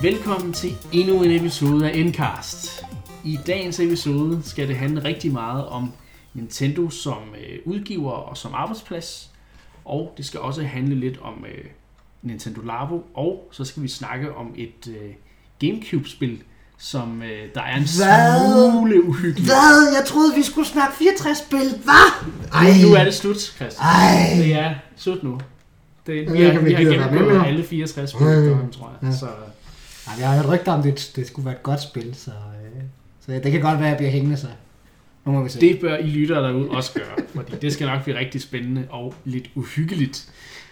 Velkommen til endnu en episode af Endcast. I dagens episode skal det handle rigtig meget om Nintendo som udgiver og som arbejdsplads. Og det skal også handle lidt om Nintendo Labo. Og så skal vi snakke om et Gamecube-spil, som der er en smule uhyggeligt. Hvad? Jeg troede, vi skulle snakke 64-spil. Hvad? Nu er det slut, Christian. Det er slut nu. Vi har gennemgået alle 64 spil, tror jeg. Ja. Så jeg har hørt rygter om, det skulle være et godt spil, så det kan godt være, at jeg bliver hængende, så nu må vi se. Det bør I lyttere derude også gøre, fordi det skal nok blive rigtig spændende og lidt uhyggeligt.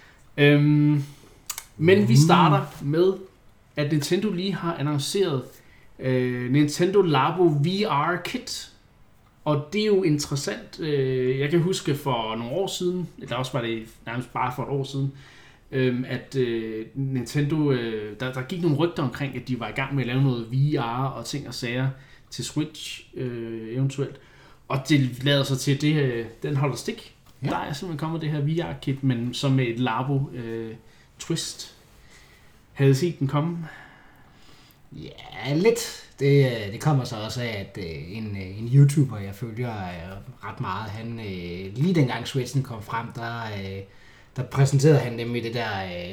Men vi starter med, at Nintendo lige har annonceret Nintendo Labo VR Kit. Og det er jo interessant. Jeg kan huske for nogle år siden, eller også var det nærmest bare for et år siden, at Nintendo, der gik nogle rygter omkring, at de var i gang med at lave noget VR og ting og sager til Switch eventuelt. Og det lader sig til, den holder stik. Ja. Der er simpelthen kommet det her VR-kit, men som med et Labo-twist. Havde I set den komme? Ja, lidt. Det kommer så også af, at en YouTuber, jeg følger ret meget, han lige dengang Switchen kom frem, der præsenterede han nemlig det der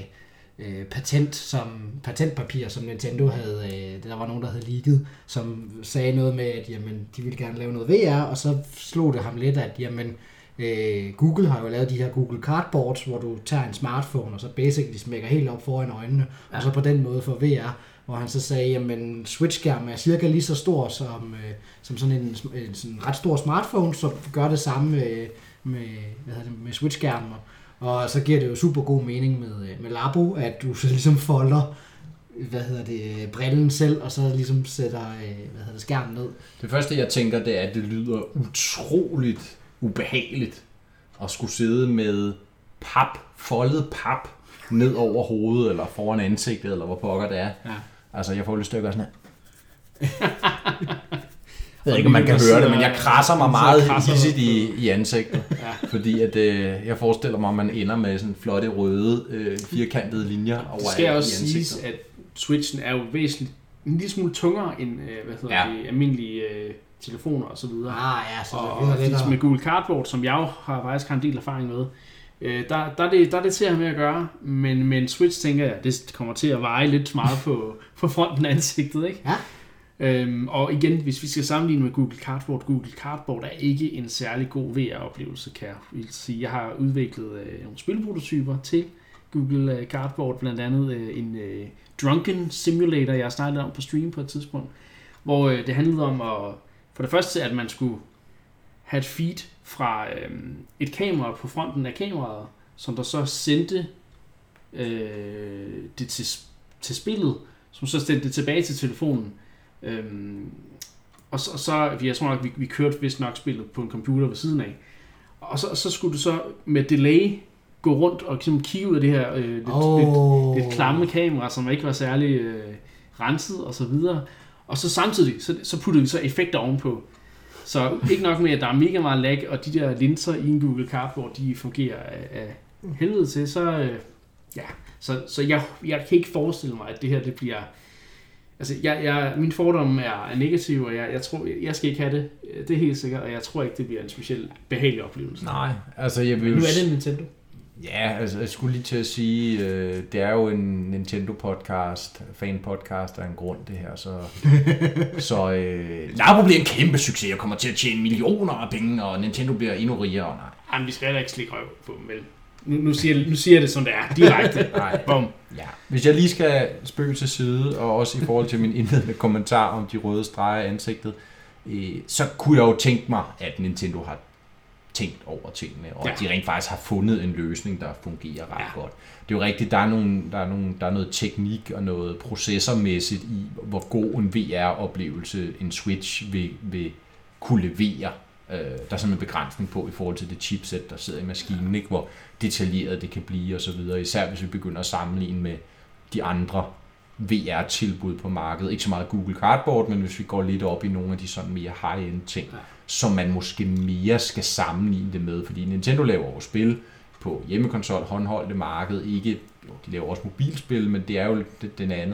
patentpapir, som Nintendo havde, der var nogen, der havde leaget, som sagde noget med, at jamen, de ville gerne lave noget VR, og så slog det ham lidt, at jamen, Google har jo lavet de her Google Cardboards, hvor du tager en smartphone, og så basically smækker helt op foran øjnene, ja. Og så på den måde får VR, hvor han så sagde, jamen Switch-skærmen er cirka lige så stor som sådan en ret stor smartphone, så gør det samme med Switch-skærmen. Og så giver det jo super god mening med Labo, at du så ligesom folder brillen selv, og så ligesom sætter skærmen ned. Det første jeg tænker, det er, at det lyder utroligt ubehageligt at skulle sidde med foldet pap ned over hovedet, eller foran ansigtet, eller hvor pokker det er. Ja. Altså, jeg får lidt stykker sådan her. Jeg ved ikke, om man kan høre det, men jeg krasser mig meget hissigt i ansigtet. Ja. Fordi at, jeg forestiller mig, at man ender med sådan flotte, røde, firkantede linjer over i ansigtet. Det skal også siges, at Switchen er jo væsentligt en lille smule tungere end almindelige telefoner og så videre. Og med Google Cardboard, som jeg jo faktisk har en del erfaring med, der er det til at have med at gøre, men Switch tænker jeg, det kommer til at veje lidt meget på fronten af ansigtet, ikke? Ja. Og igen, hvis vi skal sammenligne med Google Cardboard er ikke en særlig god VR-oplevelse, kan jeg sige. Jeg har udviklet nogle spilprototyper til Google Cardboard, blandt andet en Drunken Simulator, jeg har snakket om på stream på et tidspunkt, hvor det handlede om for det første, at man skulle have et feed fra et kamera på fronten af kameraet, som der så sendte det til spillet, som så sendte det tilbage til telefonen. Og så jeg tror nok, vi kørte vist nok spillet på en computer ved siden af. Og så skulle du så med delay gå rundt og kigge ud af det her lidt klamme kamera, som ikke var særlig renset og så videre. Og så samtidig, så puttede vi så effekter ovenpå. Så ikke nok med, at der er mega meget lag, og de der linser i en Google Cardboard, de fungerer af helvede til, så jeg kan ikke forestille mig, at det her det bliver. Altså, min fordom er negativ, og jeg tror, jeg skal ikke have det. Det er helt sikkert, og jeg tror ikke, det bliver en speciel behagelig oplevelse. Nej, altså jeg vil. Nu er det en Nintendo. Ja, altså jeg skulle lige til at sige, det er jo en Nintendo-podcast, fan-podcast af en grund, det her, så Labo bliver en kæmpe succes, og kommer til at tjene millioner af penge, og Nintendo bliver endnu rigere, og nej. Jamen, vi skal heller ikke slikke røv på dem, vel? Nu siger jeg det, som det er, direkte. Bum. Ja. Hvis jeg lige skal spøge til side, og også i forhold til min indledende kommentar om de røde streger i ansigtet, så kunne jeg jo tænke mig, at Nintendo har tænkt over tingene, og at de rent faktisk har fundet en løsning, der fungerer ret godt. Det er jo rigtigt, der er noget teknik og noget processormæssigt i, hvor god en VR-oplevelse en Switch vil kunne levere. Der er sådan en begrænsning på i forhold til det chipset, der sidder i maskinen, ikke? Hvor detaljeret det kan blive og så videre. Især hvis vi begynder at sammenligne med de andre VR-tilbud på markedet. Ikke så meget Google Cardboard, men hvis vi går lidt op i nogle af de sådan mere high-end ting, som man måske mere skal sammenligne det med. Fordi Nintendo laver jo spil på hjemmekonsol, håndholdte marked, ikke, jo, de laver også mobilspil, men det er jo den andet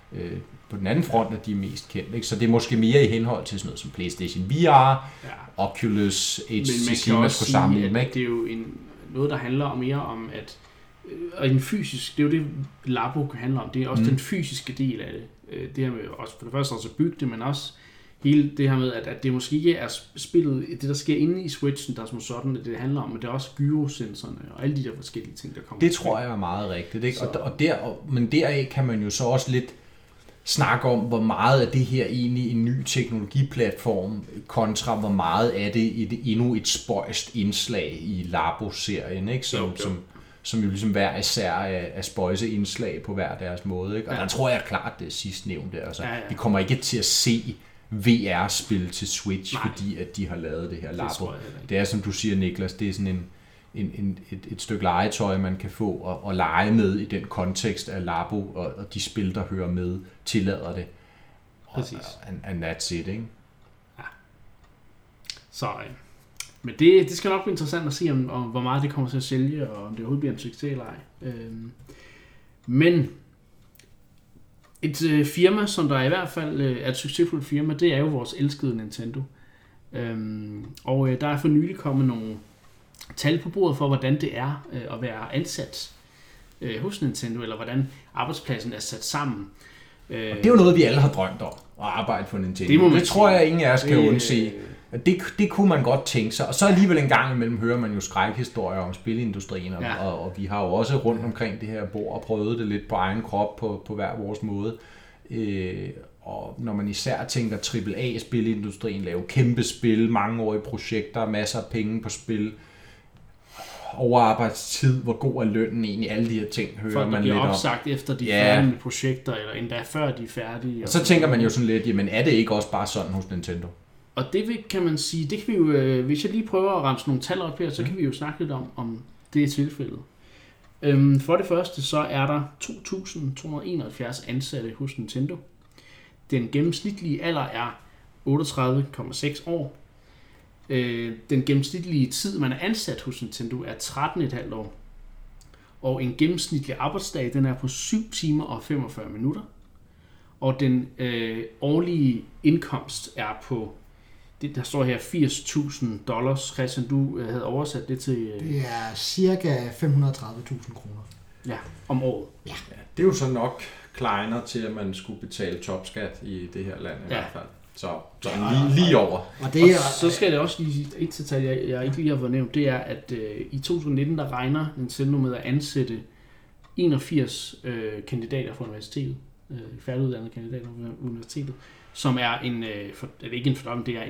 på den anden front er de mest kendte. Ikke? Så det er måske mere i henhold til sådan noget som PlayStation VR, Oculus, HTC, man skulle sammenligne med. Det er jo noget, der handler mere om, at og en fysisk, det er jo det, Labo kan handle om. Det er også den fysiske del af det. Det her med også for det første også at bygge det, men også hele det her med, at det måske ikke er spillet, det der sker inde i Switchen, der er som sådan, at det handler om, men det er også gyrosensorerne og alle de der forskellige ting, der kommer. Det tror jeg er meget rigtigt, ikke? Men deraf kan man jo så også lidt snakke om, hvor meget af det her egentlig en ny teknologiplatform, kontra hvor meget af det endnu et spøjst indslag i Labo-serien, ikke? Som jo ligesom hver især er spøjse indslag på hver deres måde. Ikke? Og der tror jeg klart, det er sidstnævnte. Altså, vi kommer ikke til at se VR-spil til Switch, fordi at de har lavet det her Labo. Det er, som du siger, Niklas, det er sådan et stykke legetøj, man kan få og lege med i den kontekst af Labo, og de spil, der hører med, tillader det. Præcis. And that's it, ikke? Ja. Så... Men det skal nok blive interessant at se, om hvor meget det kommer til at sælge, og om det overhovedet bliver en succes eller ej. Men et firma, som der i hvert fald er et succesfuldt firma, det er jo vores elskede Nintendo. Og der er for nylig kommet nogle tal på bordet for, hvordan det er at være ansat hos Nintendo, eller hvordan arbejdspladsen er sat sammen. Og det er jo noget, vi alle har drømt om, at arbejde for Nintendo. Det tror jeg, ingen af os kan undse. Det kunne man godt tænke sig. Og så alligevel en gang imellem hører man jo skrækhistorier om spilindustrien, og vi har jo også rundt omkring det her bord og prøvet det lidt på egen krop på hver vores måde. Og når man især tænker AAA-spilindustrien, lave kæmpe spil, mangeårige projekter, masser af penge på spil, overarbejdstid, hvor god er lønnen egentlig, alle de her ting hører man lidt om. Folk opsagt efter de færdige projekter, eller endda før de er færdige. Og så tænker man jo sådan lidt, jamen er det ikke også bare sådan hos Nintendo? Og det kan man sige, det kan vi jo, hvis jeg lige prøver at ramse nogle tal op her, så kan vi jo snakke lidt om det er tilfældet. For det første, så er der 2.271 ansatte hos Nintendo. Den gennemsnitlige alder er 38,6 år. Den gennemsnitlige tid, man er ansat hos Nintendo, er 13,5 år. Og en gennemsnitlig arbejdsdag, den er på 7 timer og 45 minutter. Og den årlige indkomst er på, det der står her, $80,000. Christian, du havde oversat det til... Det er cirka 530.000 kroner. Ja, om året. Ja, det er jo så nok kleiner til, at man skulle betale topskat i det her land i hvert fald. Så lige over. Og så skal det også lige et detalj, jeg ikke lige har fået nævnt, det er, at i 2019, der regner Nintendo med at ansætte 81 kandidater fra universitetet, færdiguddannede kandidater fra universitetet, som er ikke en fordobling, det er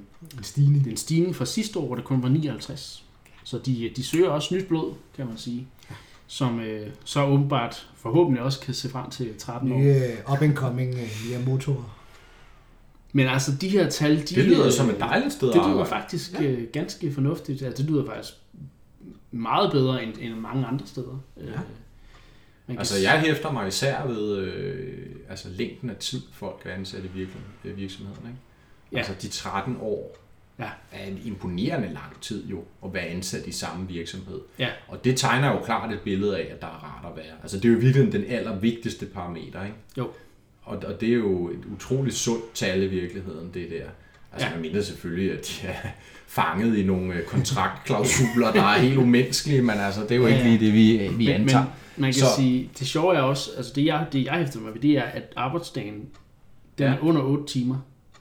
en stigning fra sidste år, hvor det kun var 59. Så de søger også nyt blod, kan man sige, som så åbenbart forhåbentlig også kan se frem til 13 år. Nye up-and-coming Miyamoto'er. Men altså, de her tal... Det lyder som et dejligt sted at arbejde. Det lyder faktisk ganske fornuftigt. Altså, det lyder faktisk meget bedre end mange andre steder. Ja. Altså, jeg hæfter mig især ved længden af tid, folk er ansat i virksomheden. Ikke? Ja. Altså, de 13 år er en imponerende lang tid jo, at være ansat i samme virksomhed. Ja. Og det tegner jo klart et billede af, at der er rart at være. Altså, det er jo virkelig den allervigtigste parameter, ikke? Jo. Og det er jo et utroligt sundt tal i virkeligheden, det der. Altså, man mener selvfølgelig, at de er fanget i nogle kontraktklausuler, der er helt umenneskelige, men altså, det er jo ikke lige det, vi antager. Men man kan sige, det sjove er også, altså det jeg hæfter mig ved, det er, at arbejdsdagen, den er under 8 timer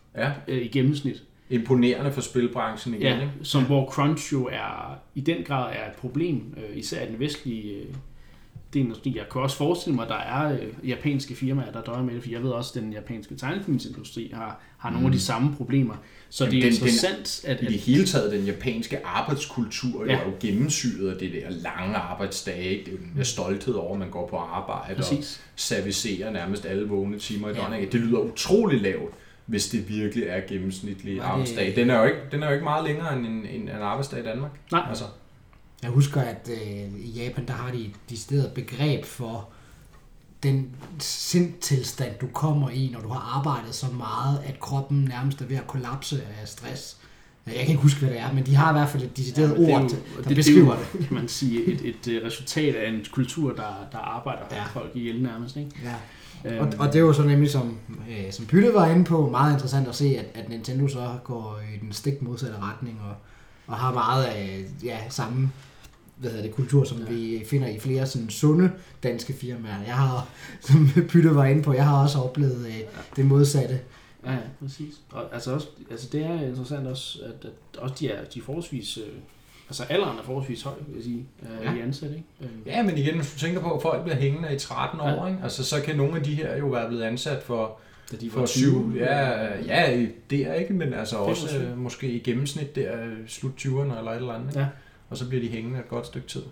i gennemsnit. Imponerende for spilbranchen igen, ikke? Som hvor crunch jo i den grad er et problem, især i den vestlige del. Jeg kan også forestille mig, at der er japanske firmaer, der døjer med det, for jeg ved også, at den japanske tegnefilmsindustri har nogle af de samme problemer. Så det er interessant, at... I det hele taget, den japanske arbejdskultur er jo gennemsyret af det der lange arbejdsdage. Det er jo den der stolthed over, at man går på arbejde og servicerer nærmest alle vågne timer i døgnet. Det lyder utrolig lavt, hvis det virkelig er gennemsnitlig arbejdsdag. Den er jo ikke meget længere end en arbejdsdag i Danmark. Nej. Altså. Jeg husker, at i Japan, der har de et decideret begreb for den sindtilstand, du kommer i, når du har arbejdet så meget, at kroppen nærmest er ved at kollapse af stress. Jeg kan ikke huske, hvad det er, men de har i hvert fald et decideret ord, der beskriver det. Kan man sige, et resultat af en kultur, der arbejder folk ihjel nærmest. Ikke? Ja. Og det er jo så nemlig, som Pytte var inde på, meget interessant at se, at Nintendo så går i den stik modsatte retning, og har meget af samme kultur, som vi finder i flere sådan sunde danske firmaer. Jeg har, som Pytte var inde på, jeg har også oplevet det modsatte. Ja, præcis. Og altså det er interessant også, at også de er forholdsvis... Altså alderen er forholdsvis høj, vil jeg sige, i ansat, ikke? Ja, men igen, hvis du tænker på, at folk bliver hængende i 13 år, ikke? Altså så kan nogle af de her jo være blevet ansat for 7, det er ikke, men altså også måske i gennemsnit der slut 20'erne eller et eller andet. Ja. Og så bliver de hængende et godt stykke tid.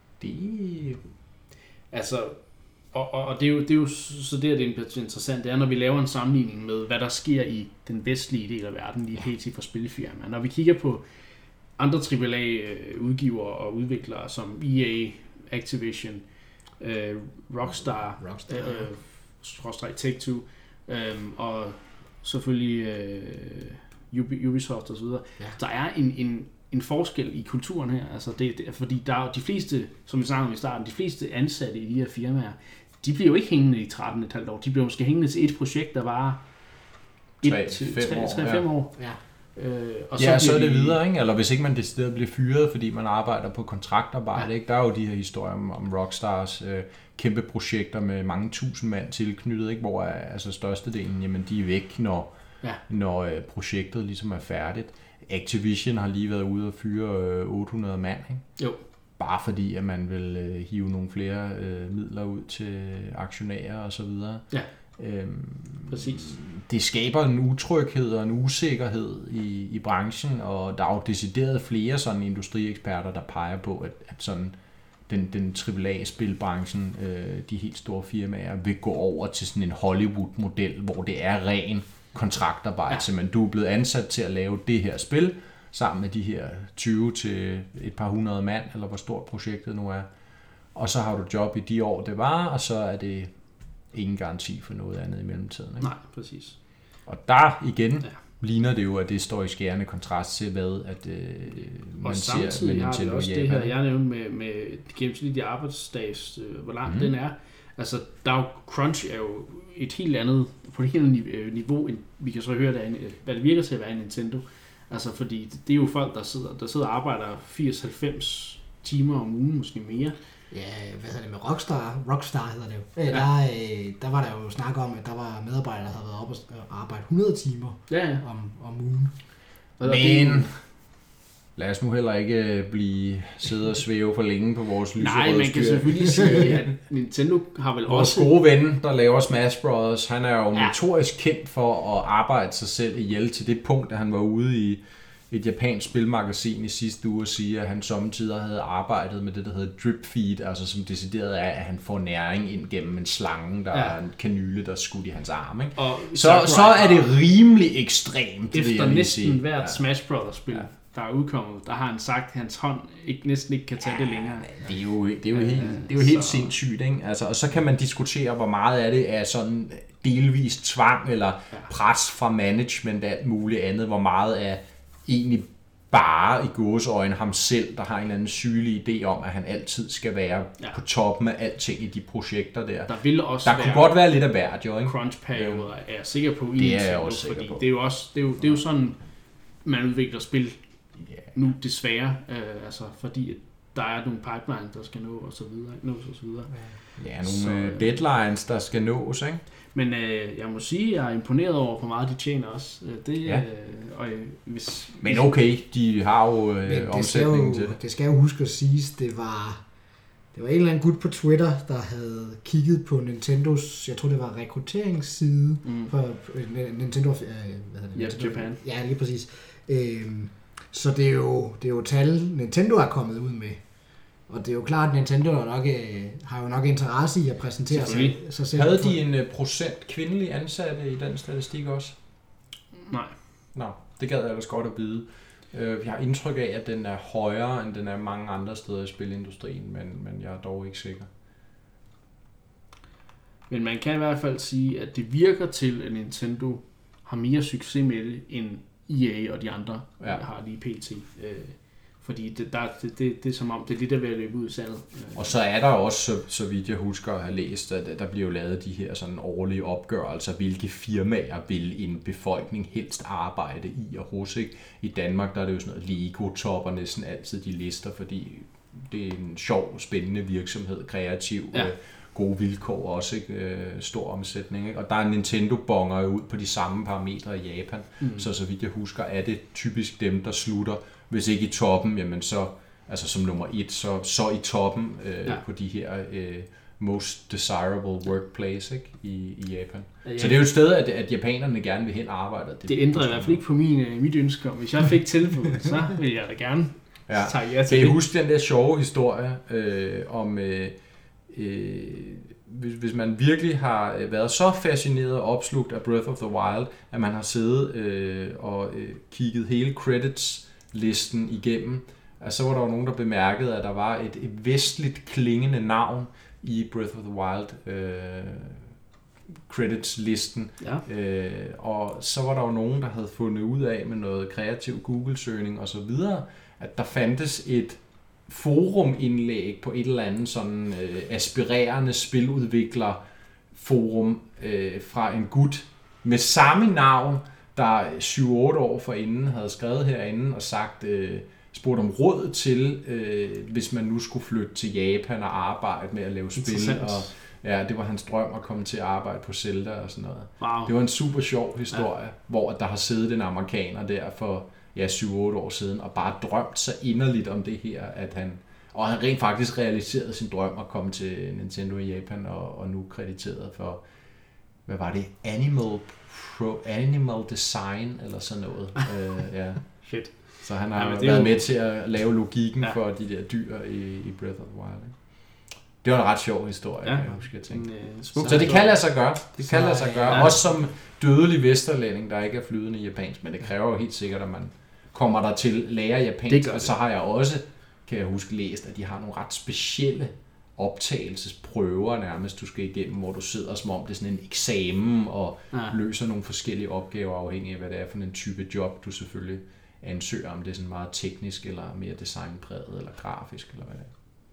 Altså, og det er jo så det er interessant, det er, når vi laver en sammenligning med, hvad der sker i den vestlige del af verden, lige pt. For spilfirmaer. Når vi kigger på andre AAA-udgivere og udviklere som EA, Activision, Rockstar, Take-Two, og selvfølgelig Ubisoft osv. Ja. Der er en forskel i kulturen her, altså fordi der er de fleste, som vi snakkede om i starten, de fleste ansatte i de her firmaer, de bliver jo ikke hængende i 13,5 år, de bliver måske hængende til et projekt, der varer 3-5 år. Ja. Og så er det videre, ikke? Eller hvis ikke man decideret bliver fyret, fordi man arbejder på kontraktarbejde, ikke? Der er jo de her historier om Rockstars kæmpe projekter med mange tusind mand tilknyttet, ikke? Hvor altså størstedelen, jamen de er væk, når projektet ligesom er færdigt. Activision har lige været ude og fyre 800 mand, ikke? Jo. Bare fordi, at man vil hive nogle flere midler ud til aktionærer og så videre. Ja. Præcis. Det skaber en utryghed og en usikkerhed i branchen, og der er jo decideret flere sådan industrieksperter, der peger på, at sådan den AAA-spilbranchen, de helt store firmaer, vil gå over til sådan en Hollywood-model, hvor det er ren kontraktarbejde. Ja. Så du er blevet ansat til at lave det her spil, sammen med de her 20 til et par hundrede mand, eller hvor stort projektet nu er. Og så har du job i de år, det var, og så er det ingen garanti for noget andet i mellemtiden. Ikke? Nej, præcis. Og der igen ligner det jo, at det står i skærende kontrast til, hvad man ser med Nintendo også Japan. Det her, jeg nævnte med gennemsnitlige arbejdsdags, hvor lang den er. Altså, der er jo, Crunch er jo et helt andet, på et helt andet niveau, end vi kan så høre, hvad det virker til at være i Nintendo. Altså, fordi det er jo folk, der sidder og arbejder 80-90 timer om ugen, måske mere. Ja, hvad hedder det med Rockstar hedder det jo. Der var der jo snak om, at der var medarbejdere, der havde været oppe og arbejde 100 timer om ugen. Men lad os nu heller ikke sidde og svæve for længe på vores lyserøde styr. Nej, man kan selvfølgelig sige, at Nintendo har vel vores gode ven, der laver Smash Bros., han er jo notorisk kendt for at arbejde sig selv ihjel til det punkt, at han var ude i et japansk spilmagasin i sidste uge og sige, at han sommetider havde arbejdet med det, der hedder drip feed, altså som decideret er, at han får næring ind gennem en slange, der er en kanyle, der er skudt i hans arm. Ikke? Så er det rimelig ekstremt. Efter næsten hvert Smash Bros. Spil, der er udkommet, der har han sagt, at hans hånd næsten ikke kan tage det længere. Det er jo helt sindssygt. Ikke? Altså, og så kan man diskutere, hvor meget af det er sådan delvist tvang eller pres fra management og alt muligt andet, hvor meget er egentlig bare i gåseøjne ham selv, der har en eller anden sygelig idé om, at han altid skal være på toppen af alting i de projekter der. Der kunne godt være lidt af hvert, jo, ikke? Crunch-perioder er jeg sikker på. Det er jeg også sikker på. Det er jo sådan, man udvikler spil nu desværre, altså fordi der er nogle pipelines, der skal nå og så videre. Ja, nogle deadlines, der skal nås, ikke? Men jeg må sige, at jeg er imponeret over, hvor meget de tjener også. Men okay, de har jo omsætningen til det. Det skal jo huske at siges, det var en eller anden gut på Twitter, der havde kigget på Nintendos, jeg tror det var rekrutteringsside på Nintendo, Japan. Ja, lige præcis. Så det er jo tal, Nintendo er kommet ud med. Og det er jo klart, at Nintendo har jo nok interesse i at præsentere sig selv. Havde de en procent kvindelige ansatte i den statistik også? Nej. Nå, det gad jeg ellers godt at vide. Jeg har indtryk af, at den er højere, end den er mange andre steder i spilindustrien, men jeg er dog ikke sikker. Men man kan i hvert fald sige, at det virker til, at Nintendo har mere succes med det, end EA og de andre har lige pt. Fordi det er som om, det er lidt der ved at løbe ud i sandet. Og så er der også, så vidt jeg husker at have læst, at der bliver jo lavet de her sådan årlige opgørelser, hvilke firmaer vil en befolkning helst arbejde i og hos. Ikke? I Danmark der er det jo sådan noget, Lego topper næsten altid de lister, fordi det er en sjov, spændende virksomhed, kreativ, gode vilkår også, ikke? Stor omsætning. Ikke? Og der er Nintendo bonger ud på de samme parametre i Japan, så vidt jeg husker, er det typisk dem, der slutter, hvis ikke i toppen, jamen så, altså som nummer 1, så i toppen på de her most desirable workplace, ikke? I Japan. Ja. Så det er jo et sted, at japanerne gerne vil hen og arbejde. Det ændrer i hvert fald ikke på mit ønske. Hvis jeg fik tilbud, så vil jeg da gerne tage jer til det. Kan I huske den der sjove historie om... hvis man virkelig har været så fascineret og opslugt af Breath of the Wild, at man har siddet og kigget hele credits-listen igennem, så var der jo nogen, der bemærkede, at der var et vestligt klingende navn i Breath of the Wild credits-listen. Ja. Og så var der jo nogen, der havde fundet ud af med noget kreativ Google-søgning og så videre, at der fandtes et forumindlæg på et eller andet sådan aspirerende spiludvikler-forum fra en gut med samme navn, der 7-8 år forinden havde skrevet herinde og sagt, spurgt om råd til, hvis man nu skulle flytte til Japan og arbejde med at lave spil. Og ja, det var hans drøm at komme til at arbejde på Zelda og sådan noget. Wow. Det var en super sjov historie, hvor der har siddet en amerikaner der for 7-8 år siden, og bare drømt så inderligt om det her, at han rent faktisk realiserede sin drøm at komme til Nintendo i Japan, og nu krediteret for, hvad var det? Animal Design, eller sådan noget. Ja. Fedt. Så han har været med til at lave logikken for de der dyr i Breath of the Wild. Ikke? Det var en ret sjov historie, kan jeg huske, jeg tænkte. Så det kan lade sig gøre. Det kan lade sig gøre. Ja. Også som dødelig vesterlænding, der ikke er flydende i japansk, men det kræver jo helt sikkert, at man kommer der til lære japansk, og så har jeg også, kan jeg huske, læst, at de har nogle ret specielle optagelsesprøver nærmest, du skal igennem, hvor du sidder som om det er sådan en eksamen, og løser nogle forskellige opgaver, afhængig af hvad det er for en type job, du selvfølgelig ansøger, om det er sådan meget teknisk, eller mere designpræget, eller grafisk, eller hvad det er.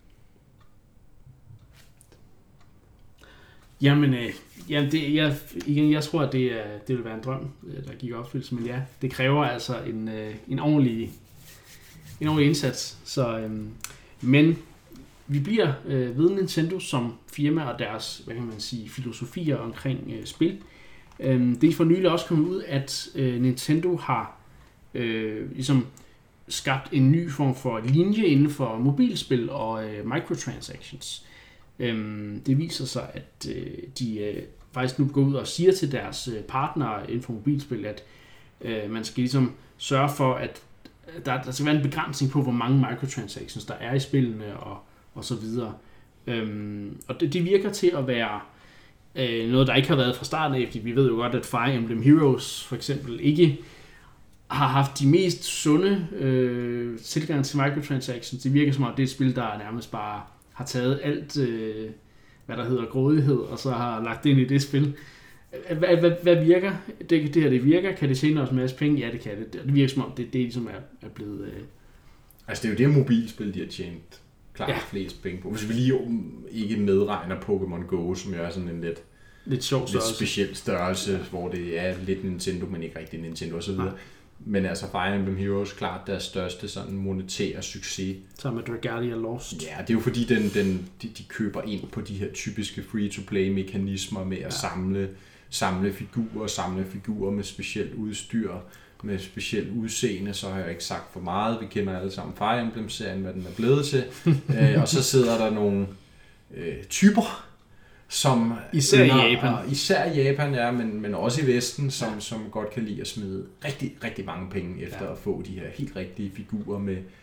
Jamen, jeg tror, at det vil være en drøm, der gik opfyldelse, men ja, det kræver altså en ordentlig indsats. Så, men vi bliver ved Nintendo som firma og deres, hvad kan man sige, filosofier omkring spil. Det er for nylig også kommet ud, at Nintendo har ligesom skabt en ny form for linje inden for mobilspil og microtransactions. Det viser sig, at de faktisk nu går ud og siger til deres partnere inden for mobilspil, at man skal ligesom sørge for, at der skal være en begrænsning på, hvor mange microtransactions der er i spillene og så videre. Og det virker til at være noget, der ikke har været fra starten af, fordi vi ved jo godt, at Fire Emblem Heroes for eksempel ikke har haft de mest sunde tilgang til microtransactions. Det virker som om, det er et spil, der nærmest bare har taget alt, hvad der hedder grådighed, og så har lagt det ind i det spil. Hvad virker? Det her, det virker. Kan det tjene os en masse penge? Ja, det kan det. Det virker som om, det ligesom er blevet... Altså, det er jo det mobilspil, de har tjent klart flest penge på. Hvis vi lige ikke medregner Pokémon Go, som jo er sådan en lidt sjov størrelse. Lidt speciel størrelse, hvor det er lidt Nintendo, men ikke rigtig Nintendo osv. Men altså Fire Emblem Heroes, klart deres største sådan monetære succes. Sammen med Dragalia Lost. Ja, det er jo fordi de køber ind på de her typiske free-to-play mekanismer med at samle figurer med specielt udstyr, med specielt udseende, så har jeg ikke sagt for meget. Vi kender alle sammen Fire Emblem-serien, hvad den er blevet til. Og så sidder der nogle typer, som især i Japan, ja, men også i Vesten, som godt kan lide at smide rigtig, rigtig mange penge efter at få de her helt rigtige figurer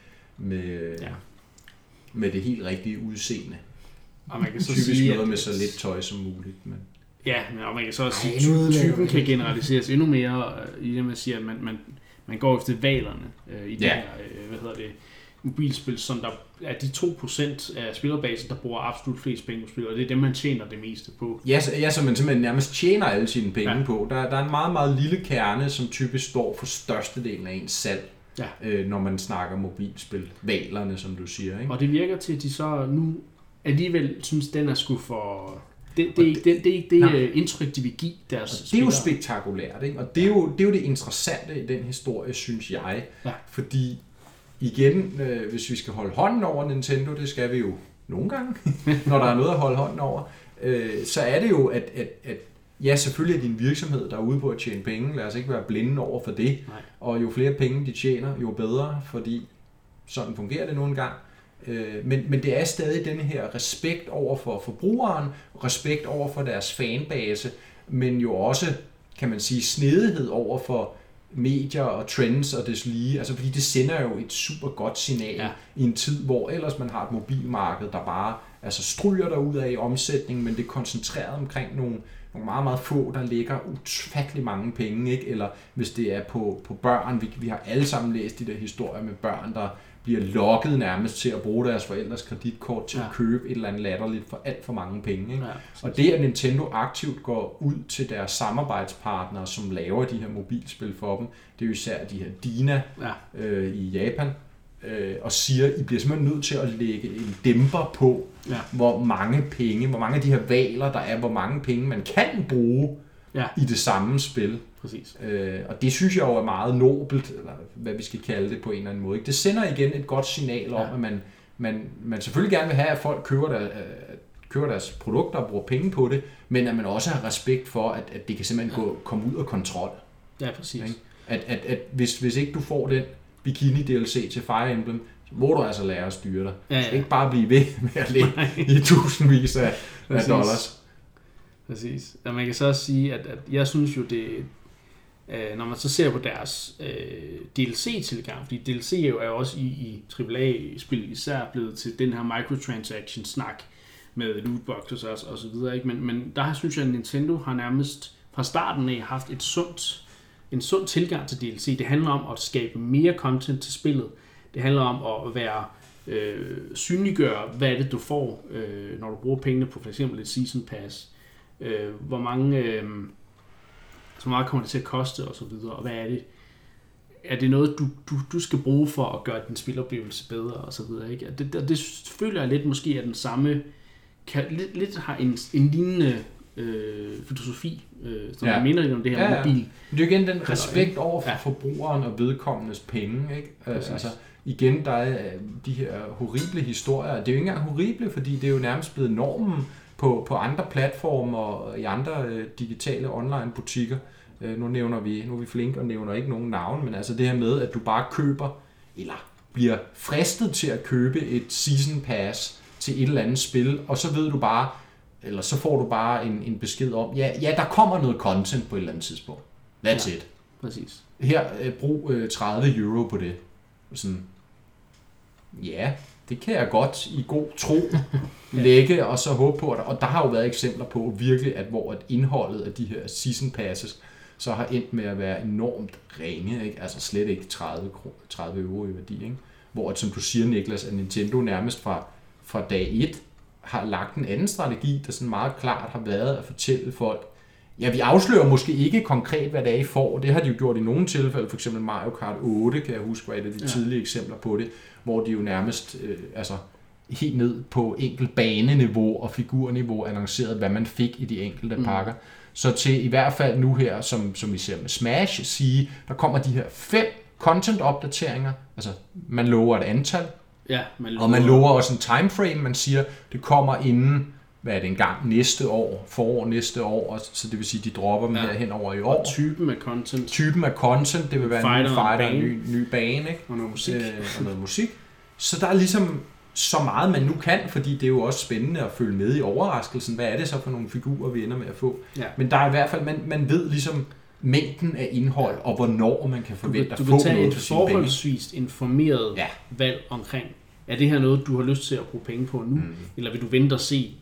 med det helt rigtige udseende. Og man kan så typisk sige, noget med så lidt tøj som muligt. Men... Ja, og man kan så også sige, at typen kan generaliseres endnu mere, i det man siger, at man går efter valerne i det her, mobilspil, som der er de 2% af spillerbasen, der bruger absolut flest penge på spil, og det er dem, man tjener det meste på. Ja, så man simpelthen nærmest tjener alle sine penge på. Der er en meget, meget lille kerne, som typisk står for størstedelen af ens salg. når man snakker mobilspil. Valerne, som du siger. Ikke? Og det virker til, at de så nu alligevel synes, den er sgu for... Det er ikke det indtryk, de vil give deres spillere. Det er jo spektakulært, ikke? Og det er jo det interessante i den historie, synes jeg. Ja. Fordi igen, hvis vi skal holde hånden over Nintendo, det skal vi jo nogle gange, når der er noget at holde hånden over, så er det jo, at ja, selvfølgelig er din virksomhed, der er ude på at tjene penge. Lad os ikke være blinde over for det. Nej. Og jo flere penge de tjener, jo bedre, fordi sådan fungerer det nogle gange. Men det er stadig denne her respekt over for forbrugeren, respekt over for deres fanbase, men jo også, kan man sige, snedighed over for medier og trends og deslige. Altså fordi det sender jo et super godt signal i en tid, hvor ellers man har et mobilmarked, der bare stryger derud af i omsætning, men det er koncentreret omkring nogle meget, meget få, der lægger ufattelig mange penge, ikke? Eller hvis det er på børn, vi har alle sammen læst de der historier med børn, der bliver lokket nærmest til at bruge deres forældres kreditkort til at købe et eller andet latterligt for alt for mange penge. Ikke? Ja, og det, at Nintendo aktivt går ud til deres samarbejdspartnere, som laver de her mobilspil for dem, det er jo især de her Dina i Japan, og siger, at I bliver simpelthen nødt til at lægge en dæmper på, hvor mange af de her valer der er, hvor mange penge man kan bruge i det samme spil. Præcis. Og det synes jeg jo er meget nobelt, eller hvad vi skal kalde det på en eller anden måde. Ikke? Det sender igen et godt signal om, at man selvfølgelig gerne vil have, at folk køber deres produkter og bruger penge på det, men at man også har respekt for, at det kan simpelthen komme ud af kontrol. Ja, præcis. Ikke? At hvis ikke du får den Bikini-DLC til Fire Emblem, så må du altså lære at styre dig. Ja. Du skal ikke bare blive ved med at lægge i tusindvis af dollars. Præcis. Og man kan så også sige, at jeg synes jo, det når man så ser på deres DLC-tilgang, fordi DLC er jo også i AAA-spil især blevet til den her microtransaction-snak med lootboxes og så videre, ikke? Men der synes jeg, at Nintendo har nærmest fra starten af haft en sund tilgang til DLC. Det handler om at skabe mere content til spillet. Det handler om at være synliggøre, hvad er det, du får, når du bruger pengene på for eksempel et Season Pass. Hvor meget kommer det til at koste og så videre, og hvad er det? Er det noget, du skal bruge for at gøre din spiloplevelse bedre og så videre, ikke? Det føler jeg lidt måske er den samme, lidt har en lignende filosofi, som jeg minder lidt om det her mobil. Det er jo igen den respekt over for forbrugeren og vedkommendes penge, ikke? Altså, igen, der er de her horrible historier. Det er jo ikke engang horrible, fordi det er jo nærmest blevet normen på andre platformer og i andre digitale online-butikker. Nu er vi flinke og nævner ikke nogen navn, men altså det her med, at du bare køber, eller bliver fristet til at købe et Season Pass til et eller andet spil, og så ved du bare, eller så får du bare en besked om, ja, der kommer noget content på et eller andet tidspunkt. That's it. Præcis. Her, brug 30 euro på det. Sådan, ja, det kan jeg godt i god tro lægge, og så håbe på, og der har jo været eksempler på virkelig, at hvor indholdet af de her season passes, så har endt med at være enormt ringe, ikke? Altså slet ikke 30 euro i værdi, ikke? Hvor, at, som du siger, Niklas, at Nintendo nærmest fra dag 1 har lagt en anden strategi, der sådan meget klart har været at fortælle folk, ja, vi afslører måske ikke konkret, hvad det er, I får. Det har de jo gjort i nogle tilfælde, for eksempel Mario Kart 8, kan jeg huske, var et af de tidlige eksempler på det, hvor de jo nærmest helt ned på enkelt baneniveau og figurniveau annoncerede, hvad man fik i de enkelte pakker. Så til i hvert fald nu her, som vi ser med Smash, sige, der kommer de her 5 content-opdateringer, altså man lover et antal, og man lover også en timeframe, man siger, det kommer inden, hvad er det, en gang næste år, forår næste år, så det vil sige, de dropper dem her hen over i år. Og typen af content. Det vil være en ny fighter, en ny bane, ikke? Og noget musik. Så der er ligesom så meget, man nu kan, fordi det er jo også spændende at følge med i overraskelsen. Hvad er det så for nogle figurer, vi ender med at få? Ja. Men der er i hvert fald, man ved ligesom mængden af indhold, og hvornår man kan forvente at få noget for sine penge. Du kan tage et forholdsvist informeret valg omkring, er det her noget, du har lyst til at bruge penge på nu, eller vil du vente og se,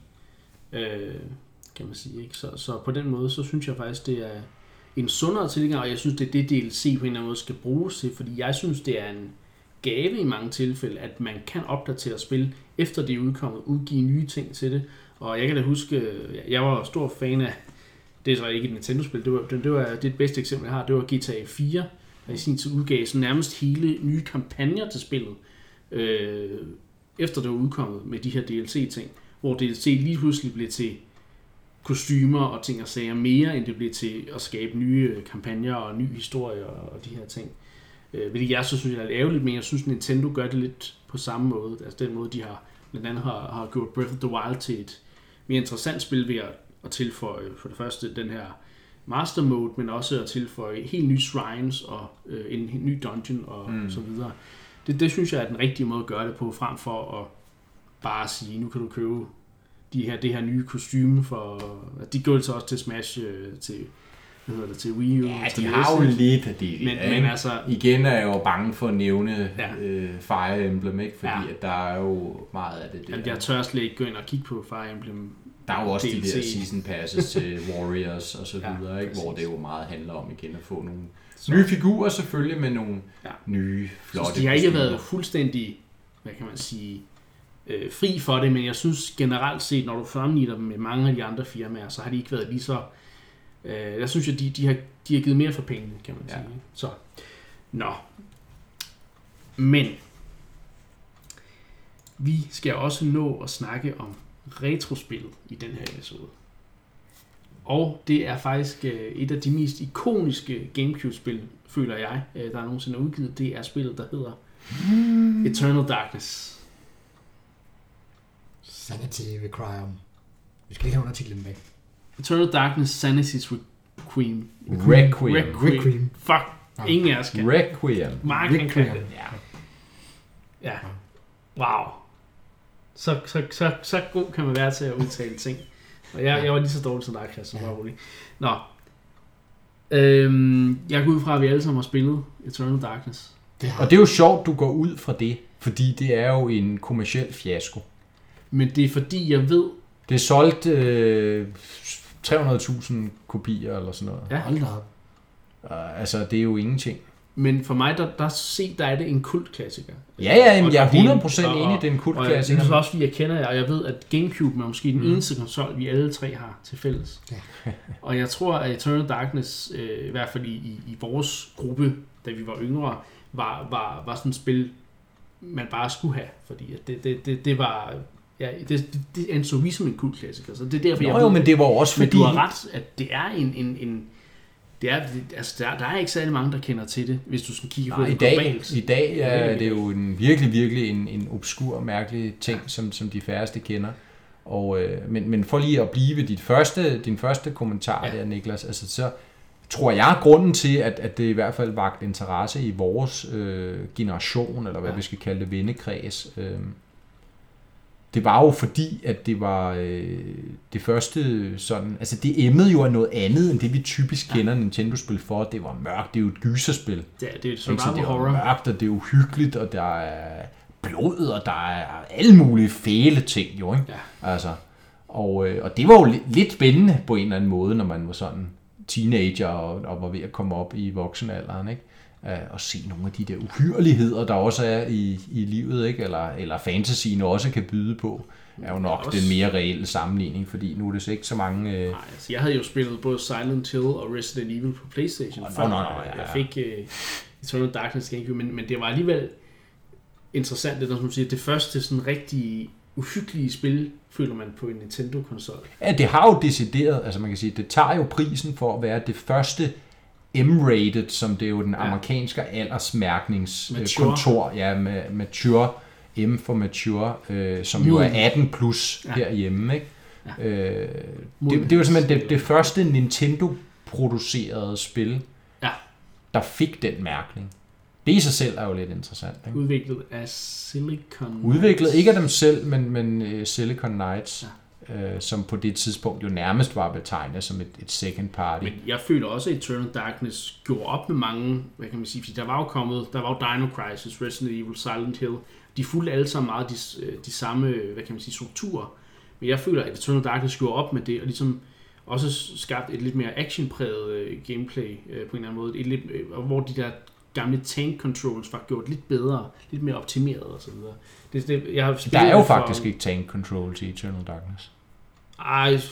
kan man sige, ikke? Så på den måde, så synes jeg faktisk, det er en sundere tilgang, og jeg synes, det er det DLC på en eller anden måde skal bruges til, fordi jeg synes, det er en gave i mange tilfælde, at man kan opdatere spil, efter det er udkommet, udgive nye ting til det. Og jeg kan da huske, jeg var stor fan af, det er så ikke et Nintendo-spil, det er det bedste eksempel, jeg har, det var GTA 4, der i sin tid udgav så nærmest hele nye kampagner til spillet, efter det var udkommet med de her DLC-ting, hvor DLC lige pludselig blev til kostymer og ting og sager mere, end det blev til at skabe nye kampagner og nye historier og de her ting. Hvilket jeg så synes jeg er ærgerligt, men jeg synes Nintendo gør det lidt på samme måde. Altså den måde, de har blandt andet har gjort Breath of the Wild til et mere interessant spil ved at tilføje for det første den her Master Mode, men også at tilføje helt nye shrines og en ny dungeon og så videre. Det synes jeg er den rigtige måde at gøre det på, frem for at bare sige, nu kan du købe det her nye kostume for... De går så også til Smash til Wii U. Ja, de har jo lidt af det. Men altså... Igen er jeg jo bange for at nævne Fire Emblem, ikke? Fordi at der er jo meget af det der. Jamen, jeg tør slet ikke gå ind og kigge på Fire Emblem. Der er jo også DLC. De der season passes til Warriors og så videre, ikke? Hvor det jo meget handler om igen at få nogle nye figurer selvfølgelig, med nogle nye flotte. Så de har ikke været fuldstændig, hvad kan man sige, fri for det, men jeg synes generelt set, når du sammenligner dem med mange af de andre firmaer, så har de ikke været lige så... Jeg synes, at de har givet mere for pengene, kan man sige. Så. Nå. Men vi skal også nå at snakke om retrospillet i den her episode. Og det er faktisk et af de mest ikoniske GameCube-spil, føler jeg, der nogensinde er udgivet. Det er spillet, der hedder Eternal Darkness. Sanity Requiem. Vi skal lige have undertitlen med. Eternal Darkness, Sanity's Requiem. Fuck, ingen af os kan. Requiem. Mark kan det. Ja. Wow. Så god kan man være til at udtale ting. Og jeg var lige så dårlig som dig, Christian. Nå. Jeg går ud fra, at vi alle sammen har spillet Eternal Darkness. Og det er jo sjovt, du går ud fra det, fordi det er jo en kommerciel fiasko. Men det er fordi, jeg ved... Det er solgt 300.000 kopier eller sådan noget. Ja. Hold da op. Altså, det er jo ingenting. Men for mig, der er det en kultklassiker. Ja, jeg er 100% enig, det er en kultklassiker. Og jeg synes også, fordi jeg kender jer, og jeg ved, at GameCube er måske den eneste konsol, vi alle tre har til fælles. Ja. Og jeg tror, at Eternal Darkness, i hvert fald i vores gruppe, da vi var yngre, var sådan et spil, man bare skulle have. Fordi det var... Ja, det anså vi som en kultklassiker, så det er derfor, men det var også fordi... Men du har ret, at det er der er ikke særlig mange, der kender til det, hvis du skal kigge på det globalt. I dag er det jo virkelig en obskur, mærkelig ting, som de færreste kender. Og, men for lige at blive ved din første kommentar der, Niklas, altså så tror jeg, grunden til, at det i hvert fald vagt interesse i vores generation, eller hvad vi skal kalde det, vennekreds, det var jo fordi, at det var det første sådan... Altså, det emmede jo af noget andet, end det vi typisk kender Nintendo-spil for. Det var mørkt, det er jo et gyserspil. Det er et survival horror. Det er mørkt, og det er uhyggeligt, og der er blod, og der er alle mulige fæle ting, jo, ikke? Ja. Altså, og det var jo lidt spændende på en eller anden måde, når man var sådan teenager og var ved at komme op i voksenalderen, ikke? Og se nogle af de der uhyrligheder, der også er i livet, ikke? Eller fantasien også kan byde på, er jo nok også den mere reelle sammenligning, fordi nu er det så ikke så mange... Nej, altså jeg havde jo spillet både Silent Hill og Resident Evil på PlayStation, jeg fik Eternal Darkness GameCube, men det var alligevel interessant, det der som siger, det første sådan rigtig uhyggelige spil, føler man på en Nintendo-konsol. Ja, det har jo decideret, altså man kan sige, det tager jo prisen for at være det første M-rated, som det er jo den amerikanske aldersmærkningskontor, med mature, M for mature, som jo er 18 plus herhjemme, ikke? Ja. Det er jo simpelthen det første Nintendo-producerede spil, der fik den mærkning. Det i sig selv er jo lidt interessant, ikke? Udviklet af Silicon Udviklet ikke af dem selv, men Silicon Knights. Som på det tidspunkt jo nærmest var betegnet som et second party. Men jeg føler også, at Eternal Darkness gjorde op med mange, hvad kan man sige, fordi der var jo Dino Crisis, Resident Evil, Silent Hill, de fulgte alle sammen meget de samme, hvad kan man sige, strukturer. Men jeg føler, at Eternal Darkness gjorde op med det, og ligesom også skabte et lidt mere actionpræget gameplay på en eller anden måde, hvor de der gamle tank controls var gjort lidt bedre, lidt mere optimeret og så videre. Der er jo faktisk ikke tank controls i Eternal Darkness. Ej,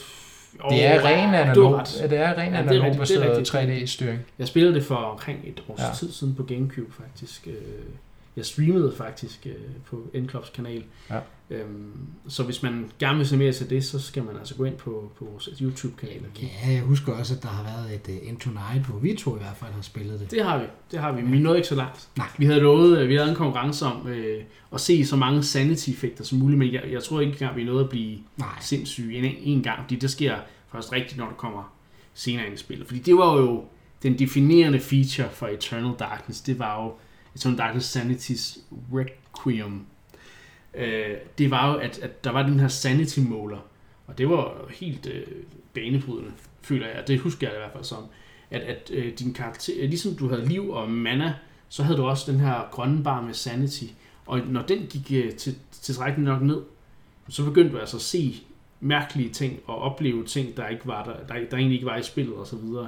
Det er ren analog. Det er ren analogbaseret 3D-styring. Jeg spillede det for omkring et års tid siden på GameCube faktisk. Jeg streamede faktisk på N-Clubs kanal. Ja. Så hvis man gerne vil se mere til det, så skal man altså gå ind på vores YouTube-kanal. Ja, jeg husker også, at der har været et Into Night, hvor vi to i hvert fald har spillet det. Det har vi. Vi nåede ikke så langt. Nej. Vi havde en konkurrence om at se så mange sanity-effekter som muligt, men jeg tror ikke engang, vi nåede at blive sindssyge en gang, fordi det sker først rigtigt, når det kommer senere ind i spillet. Fordi det var jo den definerende feature for Eternal Darkness. Det var jo Eternal Darkness Sanity's Requiem. Det var jo, at der var den her sanity måler, og det var helt banebrydende, føler jeg. Det husker jeg i hvert fald som, at din karakter, ligesom du havde liv og mana, så havde du også den her grønne bar med sanity, og når den gik tilstrækkeligt nok ned, så begyndte du altså at se mærkelige ting og opleve ting, der ikke var der egentlig ikke var i spillet og så videre.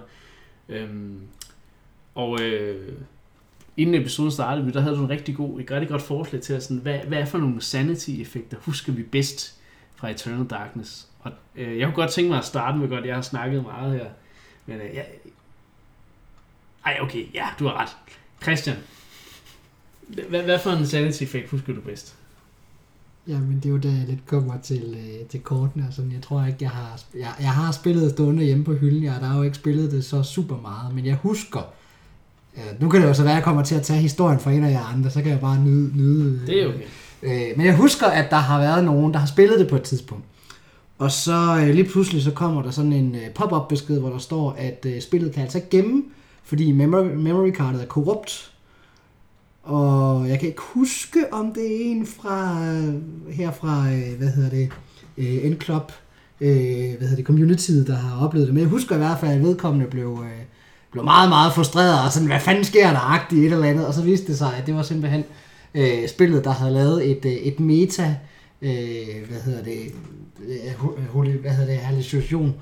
Inden episoden startede, der havde du et rigtig godt forslag til, sådan, hvad er for nogle sanity-effekter husker vi bedst fra Eternal Darkness? Og jeg kunne godt tænke mig at starte med godt, jeg har snakket meget her, men du har ret. Christian, hvad for en sanity-effekt husker du bedst? Jamen, det er jo da jeg lidt kommer til kortene og sådan. Jeg tror ikke, jeg har spillet stående hjemme på hylden. Jeg har jo ikke spillet det så super meget, men jeg husker. Nu kan det jo så være, at jeg kommer til at tage historien fra en af jer andre, så kan jeg bare nyde det er okay. Men jeg husker, at der har været nogen, der har spillet det på et tidspunkt. Og så lige pludselig så kommer der sådan en pop-up besked, hvor der står, at spillet kan altså ikke gemme, fordi memory cardet er korrupt. Og jeg kan ikke huske, om det er en fra N-Club, communityet, der har oplevet det. Men jeg husker i hvert fald, at vedkommende blev meget, meget frustreret, og sådan, hvad fanden sker der-agtigt, et eller andet. Og så viste det sig, at det var simpelthen spillet, der havde lavet et meta, hallucination.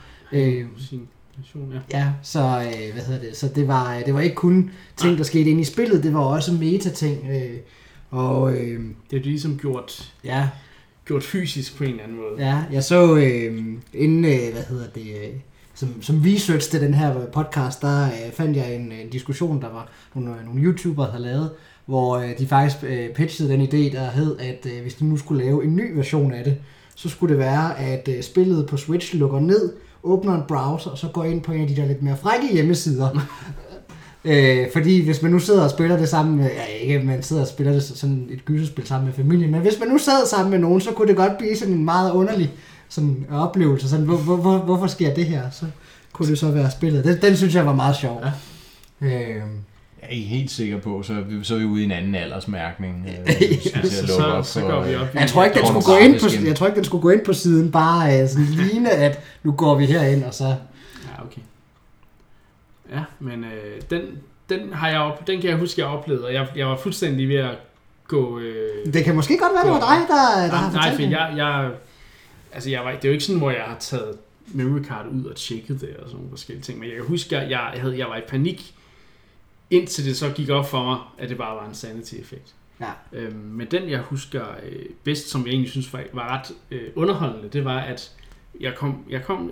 Ja, så det var ikke kun ting, der skete inde i spillet, det var også meta-ting. Det er ligesom gjort fysisk på en eller anden måde. Ja, jeg så inden, som research til den her podcast, der fandt jeg en diskussion, der var nogle YouTubere, der havde lavet, hvor de faktisk pitchede den idé, der hed, at hvis de nu skulle lave en ny version af det, så skulle det være, at spillet på Switch lukker ned, åbner en browser, og så går ind på en af de der lidt mere frække hjemmesider. Fordi hvis man nu sidder og spiller det sammen med, man sidder og spiller det sådan et gyserspil sammen med familien, men hvis man nu sad sammen med nogen, så kunne det godt blive sådan en meget underlig sådan oplevelse. Sådan, hvorfor sker det her? Så kunne det så være spillet. Den synes jeg var meget sjov. Ja. Jeg er ikke helt sikker på, så er vi ude i en anden aldersmærkning. Så går vi op. Jeg tror ikke, den skulle gå ind på siden, bare sådan ligne, at nu går vi herind, og så... Ja, okay. Ja, men den kan jeg huske, jeg oplevede, og jeg var fuldstændig ved at gå... det kan måske godt være, det var dig, der har fortalt det. Det er jo ikke sådan, hvor jeg har taget memory card ud og tjekket det, og sådan nogle forskellige ting, men jeg kan huske, at jeg var i panik, indtil det så gik op for mig, at det bare var en sanity-effekt. Ja. Men den, jeg husker bedst, som jeg egentlig synes var ret underholdende, det var, at jeg kom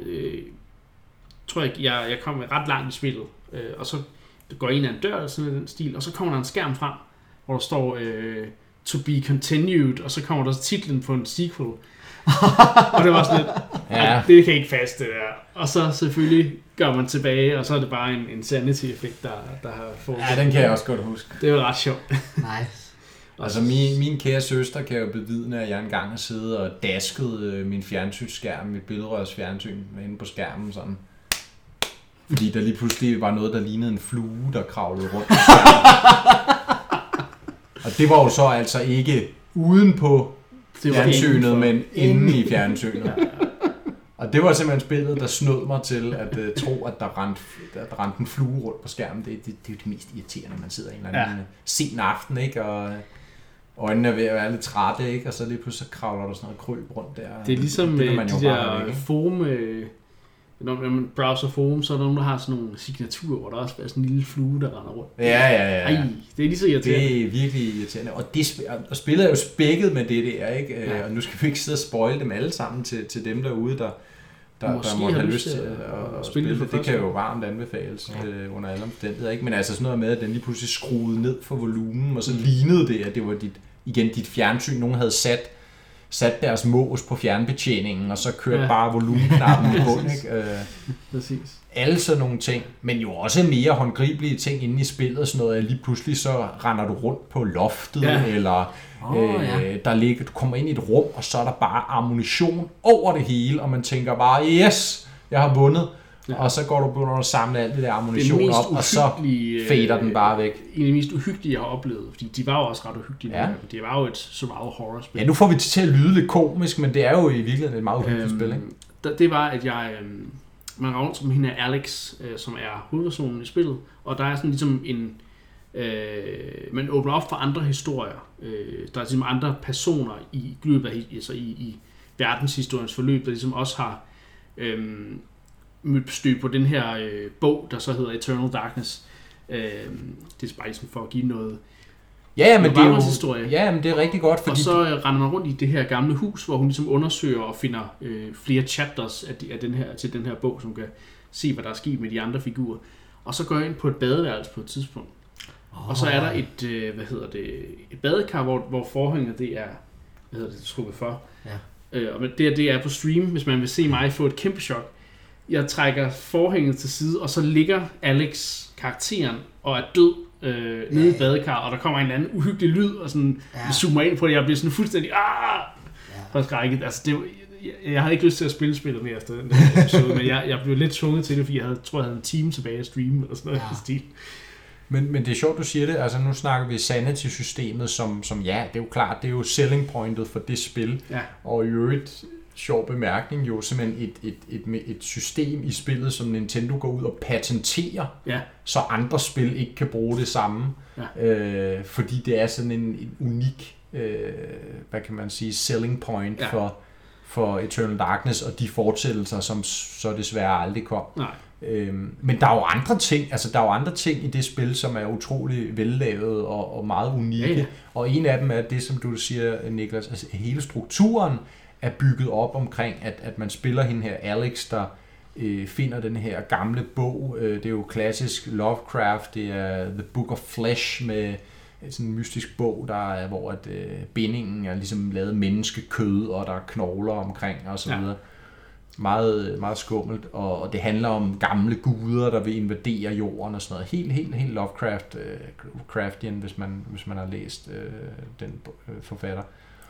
ret langt i spillet, og så går ind ad en dør, eller sådan den stil, og så kommer der en skærm frem, hvor der står to be continued, og så kommer der titlen på en sequel. Og det var sådan lidt, det kan ikke faste det der. Og så selvfølgelig gør man tilbage, og så er det bare en sanity-effekt, der har fået. Ja, den kan jeg også godt huske. Det var ret sjovt. Nice. Altså min kære søster kan jo bevidne, at jeg engang har siddet og dasket min fjernsynsskærm, mit billedrørs fjernsyn inde på skærmen sådan. Fordi der lige pludselig var noget, der lignede en flue, der kravlede rundt på skærmen. Og det var jo så altså ikke uden på fjernsynet, men inde i fjernsynet. Og det var simpelthen spillet, der snød mig til at tro, at der rendte en flue rundt på skærmen. Det er jo det mest irriterende, når man sidder en eller anden sen aften, ikke? Og øjnene er ved at være lidt trætte, ikke? Og så lige pludselig kravler der sådan noget kryb rundt der. Det er ligesom de der forum... Når man browser forum, så er der nogen, der har sådan nogle signaturer, hvor der også er sådan en lille flue, der render rundt. Ja. Ej, det er lige så irriterende. Det er virkelig irriterende. Og spillet er jo spækket med det der, ikke? Ja. Og nu skal vi ikke sidde og spoile dem alle sammen til dem derude, der må have lyst til at spille det. Det kan jo varmt anbefales under alle omstændigheder. Ikke? Men altså sådan noget med, at den lige pludselig skruede ned for volumen, og så lignede det, at det var dit fjernsyn. Nogen havde sat deres mås på fjernbetjeningen, og så kørte bare volumenknappen i bund. Præcis. Alle sådan nogle ting, men jo også mere håndgribelige ting inde i spillet, sådan noget, at lige pludselig så render du rundt på loftet, eller du kommer ind i et rum, og så er der bare ammunition over det hele, og man tænker bare, yes, jeg har vundet. Ja. Og så går du begynder at samle alt det der ammunition op, og så fader den bare væk. En af de mest uhyggelige, jeg har oplevet, fordi de var jo også ret uhyggelige. Ja. Det var jo et survival horror spil. Ja, nu får vi det til at lyde lidt komisk, men det er jo i virkeligheden et meget uhyggeligt spil, ikke? Det var, at man rager rundt som hende er Alex, som er hovedpersonen i spillet, og der er sådan ligesom man åbner op for andre historier. Der er ligesom andre personer i løbet af, altså i verdenshistoriens forløb, der ligesom også har mødt stød på den her bog, der så hedder Eternal Darkness. Det er bare ligesom for at give noget. Ja, men det er jo, ja, men det er rigtig godt, fordi og så render man rundt i det her gamle hus, hvor hun ligesom undersøger og finder flere chapters af den her til den her bog, som kan se, hvad der er sket med de andre figurer. Og så går jeg ind på et badeværelse på et tidspunkt. Og så er der et badekar, hvor forhænget det er, trukket for. Ja. Og det er på stream, hvis man vil se mig få et kæmpe chok. Jeg trækker forhænget til side, og så ligger Alex, karakteren, og er død nede i badekar, og der kommer en anden uhyggelig lyd, og sådan zoomer ind på det. Jeg bliver sådan fuldstændig forskrækket. Altså, jeg havde ikke lyst til at spille spillet mere efter den episode, men jeg blev lidt tvunget til det, fordi jeg havde en time tilbage at streame, eller sådan noget i stil. Men det er sjovt, du siger det. Altså, nu snakker vi sanity-systemet, som det er jo klart, det er jo selling pointet for det spil. Ja. Og i øvrigt, sjov bemærkning, jo simpelthen et system i spillet, som Nintendo går ud og patenterer, så andre spil ikke kan bruge det samme. Ja. Fordi det er sådan en unik, hvad kan man sige, selling point for Eternal Darkness og de fortsættelser, som så desværre aldrig kom. Nej. Men der er jo andre ting, i det spil, som er utrolig vellavet og meget unikke. Ja. Og en af dem er det, som du siger, Niklas, altså hele strukturen er bygget op omkring, at man spiller hende her Alex, der finder den her gamle bog. Det er jo klassisk Lovecraft, det er The Book of Flesh med sådan en mystisk bog, hvor bindingen er ligesom lavet menneskekød, og der er knogler omkring og så videre. Meget, meget skummelt, og det handler om gamle guder, der vil invadere jorden og sådan noget. Helt Lovecraftian, hvis man har læst den forfatter.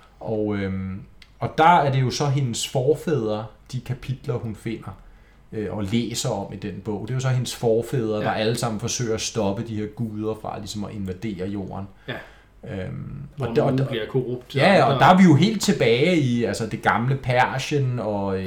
Og der er det jo så hendes forfædre, de kapitler, hun finder og læser om i den bog. Det er jo så hendes forfædre, der alle sammen forsøger at stoppe de her guder fra ligesom at invadere jorden. Ja. Og bliver korrupt. Ja, og der er vi jo helt tilbage i det gamle Persien og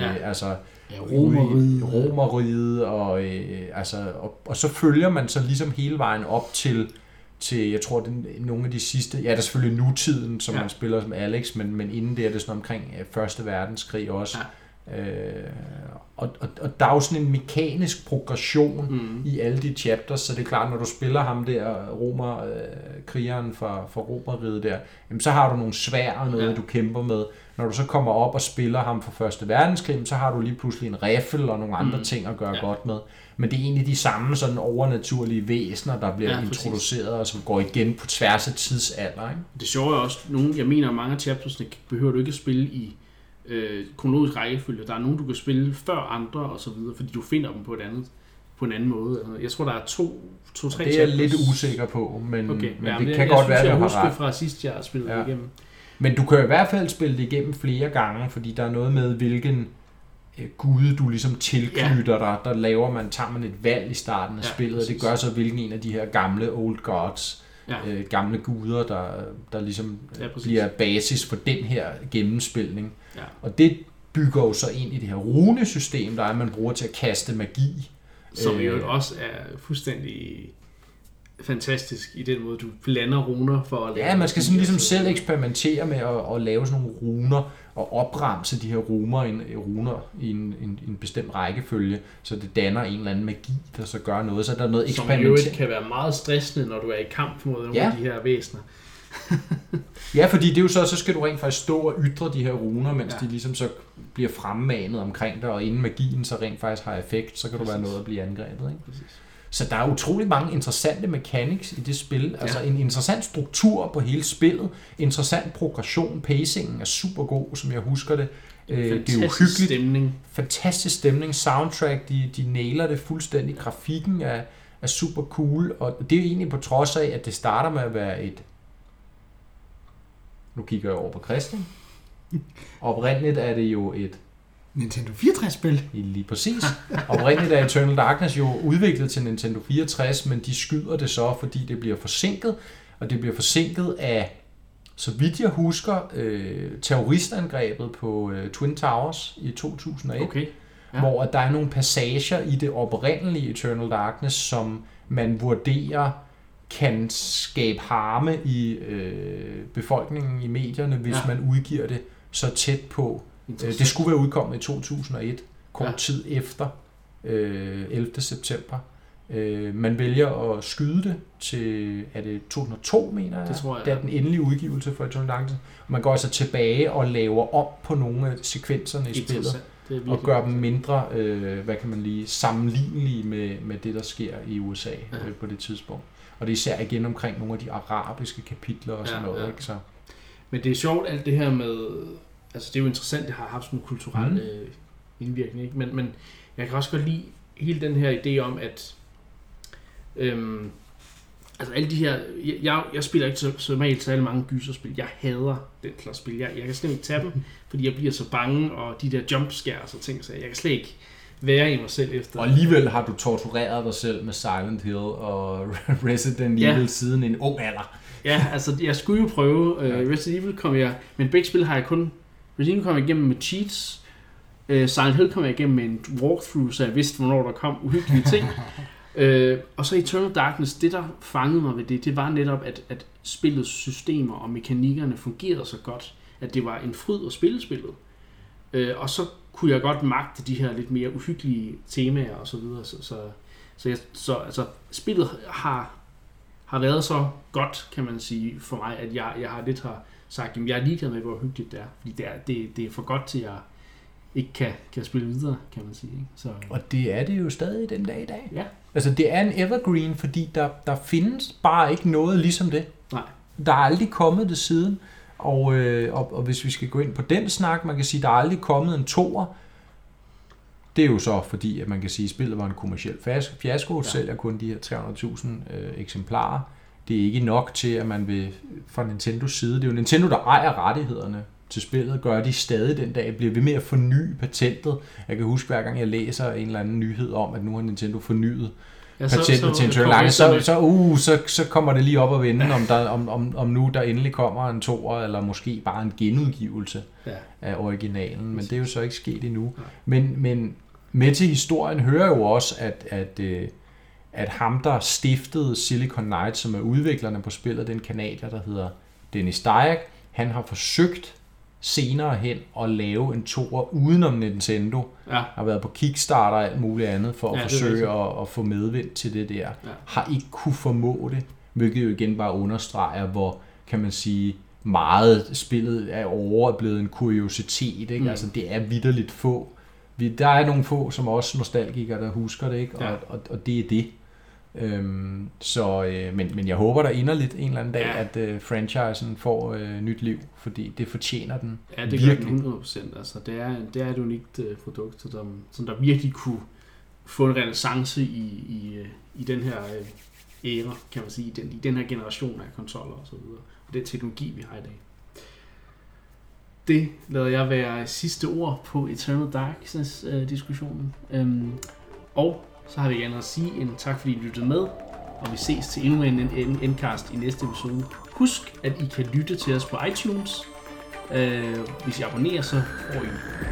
Romerriget og så følger man så ligesom hele vejen op til jeg tror nogle af de sidste, der er selvfølgelig nutiden, som man spiller som Alex, men inden det er det sådan omkring Første Verdenskrig også. Ja. Og der er jo sådan en mekanisk progression i alle de chapters, så det er klart, når du spiller ham der, krigeren fra Romerriget der, jamen, så har du nogle sværd og noget, du kæmper med. Når du så kommer op og spiller ham fra Første Verdenskrig, så har du lige pludselig en riffel og nogle andre ting at gøre godt med. Men det er egentlig de samme sådan overnaturlige væsener, der bliver introduceret, og som går igen på tværs af tidsalder. Ikke? Det sjove er også, jeg mener, mange af chaptersne behøver du ikke at spille i kronologisk rækkefølge. Der er nogen, du kan spille før andre og så videre, fordi du finder dem på en anden måde. Jeg tror, der er to, tre chapters. Det er jeg lidt usikker på, men det kan godt være, at jeg husker fra sidst, jeg har spillet det igennem. Men du kan i hvert fald spille det igennem flere gange, fordi der er noget med, hvilken gud du ligesom tilknytter dig. Der tager man et valg i starten af spillet, og det gør så, hvilken en af de her gamle old gods, gamle guder, der ligesom bliver basis for den her gennemspilning. Ja. Og det bygger jo så ind i det her runesystem, der man bruger til at kaste magi. Som jo også er fuldstændig fantastisk i den måde, du blander runer for at lave. Ja, man skal sådan ligesom selv eksperimentere med at lave sådan nogle runer og opremse de her runer i en bestemt rækkefølge, så det danner en eller anden magi, der så gør noget. Så der er noget eksperimentering. Som jo kan være meget stressende, når du er i kamp mod nogle af de her væsener. Ja, fordi det er jo så skal du rent faktisk stå og ytre de her runer, mens de ligesom så bliver fremmanet omkring dig, og inden magien så rent faktisk har effekt, så kan du være noget at blive angrebet. Ikke? Så der er utrolig mange interessante mechanics i det spil. Altså en interessant struktur på hele spillet, interessant progression, pacingen er super god, som jeg husker det. Det er uhyggeligt. Stemning. Fantastisk stemning. Soundtrack, de nailer det fuldstændig. Grafikken er super cool, og det er egentlig på trods af, at det starter med at være et... Nu kigger jeg over på Christian. Oprindeligt er det jo et... Nintendo 64-spil. Lige præcis. Oprindeligt er Eternal Darkness jo udviklet til Nintendo 64, men de skyder det så, fordi det bliver forsinket, og det bliver forsinket af, så vidt jeg husker, terroristangrebet på Twin Towers i 2001, hvor der er nogle passager i det oprindelige Eternal Darkness, som man vurderer kan skabe harme i befolkningen i medierne, hvis man udgiver det så tæt på. Det skulle være udkommet i 2001, kort tid efter 11. september. Man vælger at skyde det til, er det 2002, mener jeg? Det tror jeg. Det er den endelige udgivelse for Eternal Darkness. Man går altså tilbage og laver om på nogle af sekvenserne i spillet, og gør dem mindre, hvad kan man lige, sammenlignelige med det, der sker i USA på det tidspunkt. Og det er især igen omkring nogle af de arabiske kapitler og sådan noget. Ikke? Så. Men det er sjovt alt det her med... Altså det er jo interessant, det har haft sådan en kulturel indvirkning, ikke? Men jeg kan også godt lide hele den her idé om, at altså alle de her, jeg spiller ikke så normalt særlig mange gyserspil. Jeg hader den slags spil. Jeg kan slet ikke tage dem, fordi jeg bliver så bange, og de der jumpscares og ting, så jeg kan slet ikke være i mig selv efter. Og alligevel har du tortureret dig selv med Silent Hill og Resident Evil siden en ung alder. Ja, altså jeg skulle jo prøve. Resident Evil kom jeg, men begge spil har jeg kun... Resident Evil kom jeg igennem med cheats. Silent Hill kom jeg igennem med en walkthrough, så jeg vidste, hvornår der kom uhyggelige ting. Og så Eternal Darkness, det der fangede mig ved det var netop, at spillets systemer og mekanikkerne fungerede så godt, at det var en fryd at spille spillet. Og så kunne jeg godt magte de her lidt mere uhyggelige temaer og så videre. Så altså, spillet har været så godt, kan man sige, for mig, at jeg har lidt sagt, at jeg er ligeglad med, hvor hyggeligt det er. Fordi det er for godt til, at jeg ikke kan spille videre, kan man sige. Ikke? Så. Og det er det jo stadig den dag i dag. Ja. Altså det er en evergreen, fordi der findes bare ikke noget ligesom det. Nej. Der er aldrig kommet det siden. Og hvis vi skal gå ind på den snak, man kan sige, der er aldrig kommet en toer. Det er jo så fordi, at man kan sige, at spillet var en kommerciel fiasko, sælger kun de her 300.000 eksemplarer. Det er ikke nok til, at man vil fra Nintendos side. Det er jo Nintendo, der ejer rettighederne til spillet, gør de stadig den dag, bliver ved med at forny patentet. Jeg kan huske, hver gang jeg læser en eller anden nyhed om, at nu har Nintendo fornyet patentet til Eternal Darkness, så kommer det lige op og vende, om nu der endelig kommer en toer, eller måske bare en genudgivelse af originalen. Men det er jo så ikke sket endnu. Men med til historien hører jo også, at ham, der stiftede Silicon Knights, som er udviklerne på spillet, den canadier, der hedder Dennis Dyack, han har forsøgt senere hen at lave en toer udenom Nintendo. Har været på Kickstarter og alt muligt andet for at forsøge at få medvind til det der. Har ikke kunne formå det, hvilket jo igen bare understreger, hvor, kan man sige, meget spillet er blevet en kuriositet. Ikke? Altså det er vitterligt få. Der er nogle få, som også nostalgikere, der husker det, ikke? Og det er det. Men jeg håber der inderligt en eller anden dag, at franchisen får nyt liv, fordi det fortjener den. Ja, det gør den 100%. Altså, det er et unikt produkt, som der virkelig kunne få en renæssance i den her æra, kan man sige, i den her generation af konsoller og så videre, og den teknologi, vi har i dag. Det lader jeg være sidste ord på Eternal Darkness diskussionen. Og så har vi gerne at sige en tak, fordi I lyttede med, og vi ses til endnu en endcast i næste episode. Husk, at I kan lytte til os på iTunes. Hvis I abonnerer, så får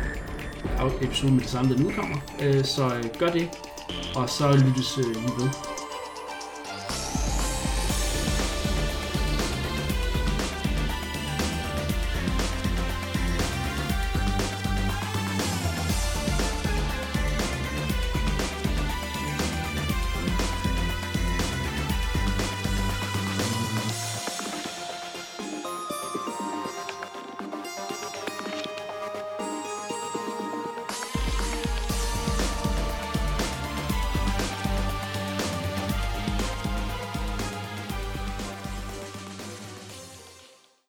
I episoden med det samme, der udkommer. Så gør det, og så lyttes vi ved.